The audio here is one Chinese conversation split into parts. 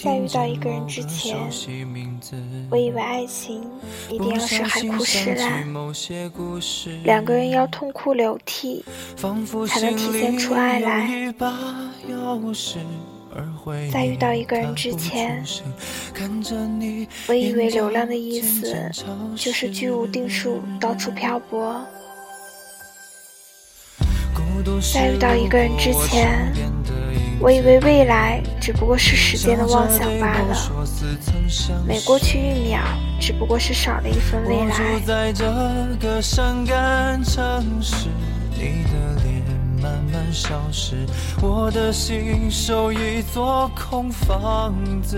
在遇到一个人之前，我以为爱情一定要是海枯石烂，两个人要痛哭流涕，才能体现出爱来。在遇到一个人之前，我以为流浪的意思就是居无定所，到处漂泊。在遇到一个人之前，我以为未来只不过是时间的妄想罢了，每过去1秒只不过是少了一份未来。 我住在这个伤感城市，你的脸慢慢消失，我的心守一座空房子，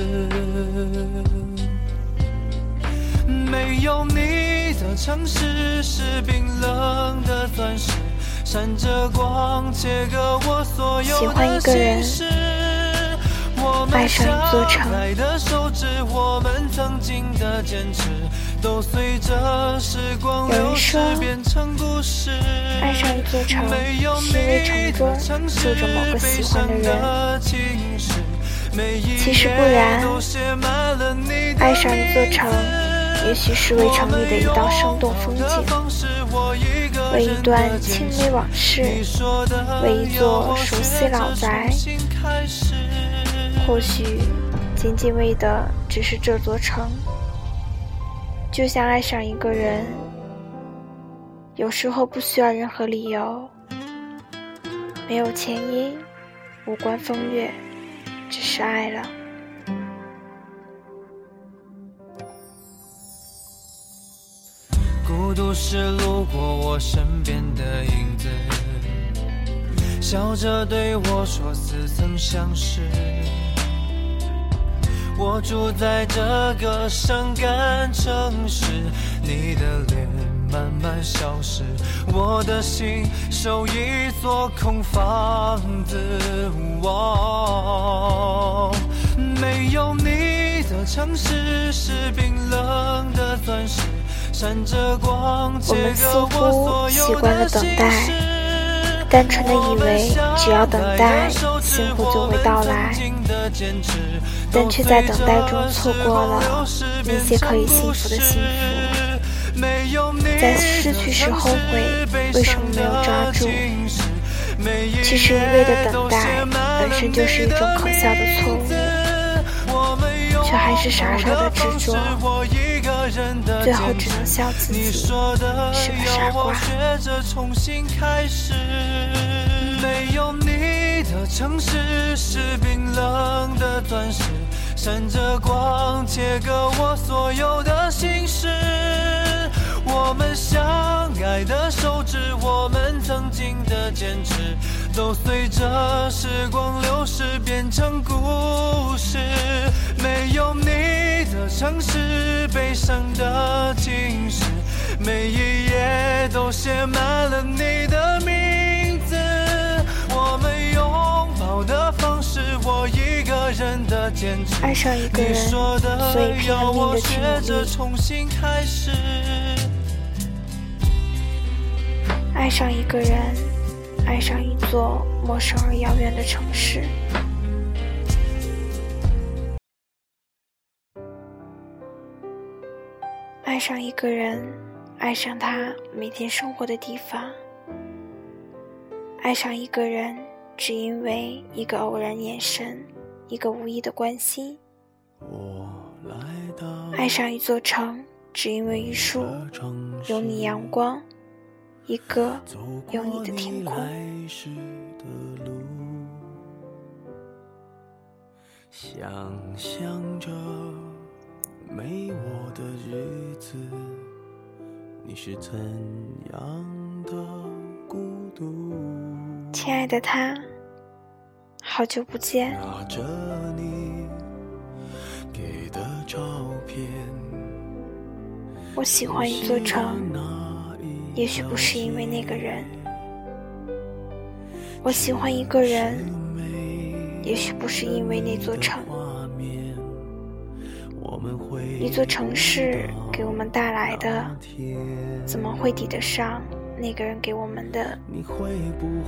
没有你的城市是冰冷的钻石，闪着光切割我所有的心事。我们相爱的手指，我们曾经的坚持，都随着时光流逝变成故事。 爱上一座城，是因为城中住着某个喜欢的人。其实不然，爱上一座城，也许是为城里的一道生动风景，为一段青梅往事，为一座熟悉老宅，或许仅仅为的只是这座城。就像爱上一个人，有时候不需要任何理由，没有前因，无关风月，只是爱了。 孤独是路过我身边的影子，笑着对我说似曾相识。我住在这个伤感城市，你的脸慢慢消失，我的心守一座空房子。没有你的城市是冰冷的钻石，闪着光切割我所有的心事。 单纯的以为只要等待，幸福就会到来，但却在等待中错过了那些可以幸福的幸福。在失去时后悔，为什么没有抓住？其实一味的等待本身就是一种可笑的错误，却还是傻傻的执着，最后只能笑自己是个傻瓜。 没有你的城市是冰冷的钻石，闪着光切割我所有的心事。我们相爱的手指，我们曾经的坚持，都随着时光流逝变成故事。没有你的城市，悲伤的情诗，每一页都写满了你的名字。我们拥抱的方式，我一个人的坚持， 爱上一个人，所以拼了命的去努力。 重新开始。 爱上一个人，爱上一座陌生而遥远的城市。爱上一个人，爱上他每天生活的地方。爱上一个人，只因为一个偶然眼神，一个无意的关心。爱上一座城，只因为一束有你阳光，一个有你的天空。 想象着没我的日子，你是怎样的孤独。 亲爱的他，好久不见。 拿着你给的照片， 我喜欢一座城，也许不是因为那个人。我喜欢一个人，也许不是因为那座城。一座城市给我们带来的，怎么会抵得上那个人给我们的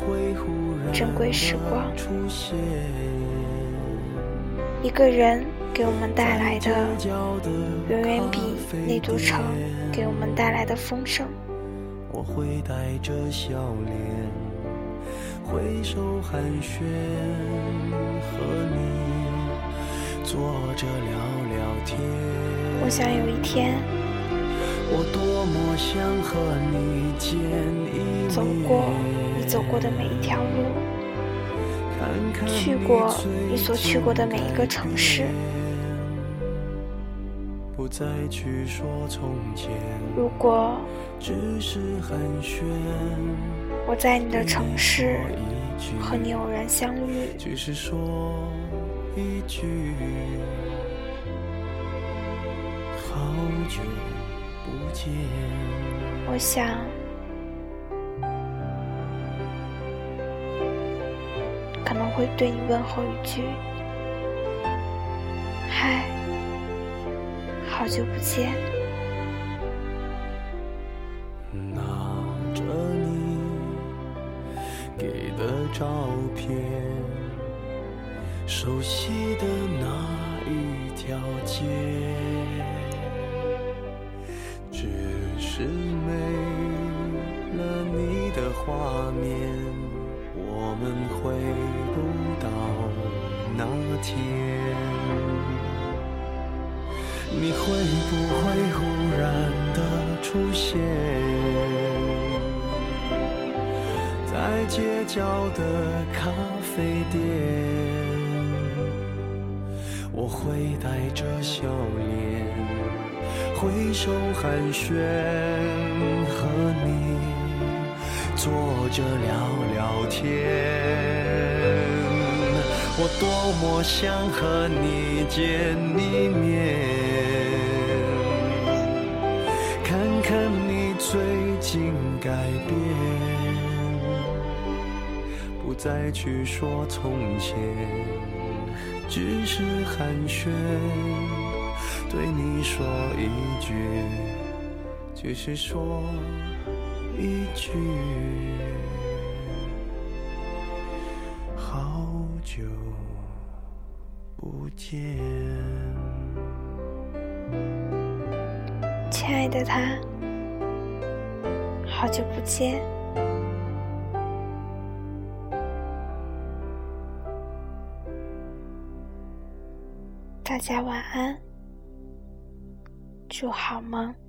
珍贵时光？一个人给我们带来的远远比那座城给我们带来的丰盛。 我会带着笑脸挥手寒暄，和你坐着聊聊天。 我想有一天， 我多么想和你见一面， 走过你走过的每一条路，去过你所去过的每一个城市。 不再去说从前， 如果只是寒暄， 我在你的城市和你偶然相遇， 只是说一句好久不见。 我想可能会对你问候一句，嗨，好久不见。 拿着你给的照片，熟悉的那一条街，只是没了你的画面，我们回不到那天。你会不会忽然的出现在街角的咖啡店？我会带着笑脸挥手寒暄，和你坐着聊聊天。我多么想和你见一面，看看你最近改变，不再去说从前，只是寒暄，对你说一句，只是说一句好久不见。 亲爱的他，好久不见。大家晚安，祝好梦。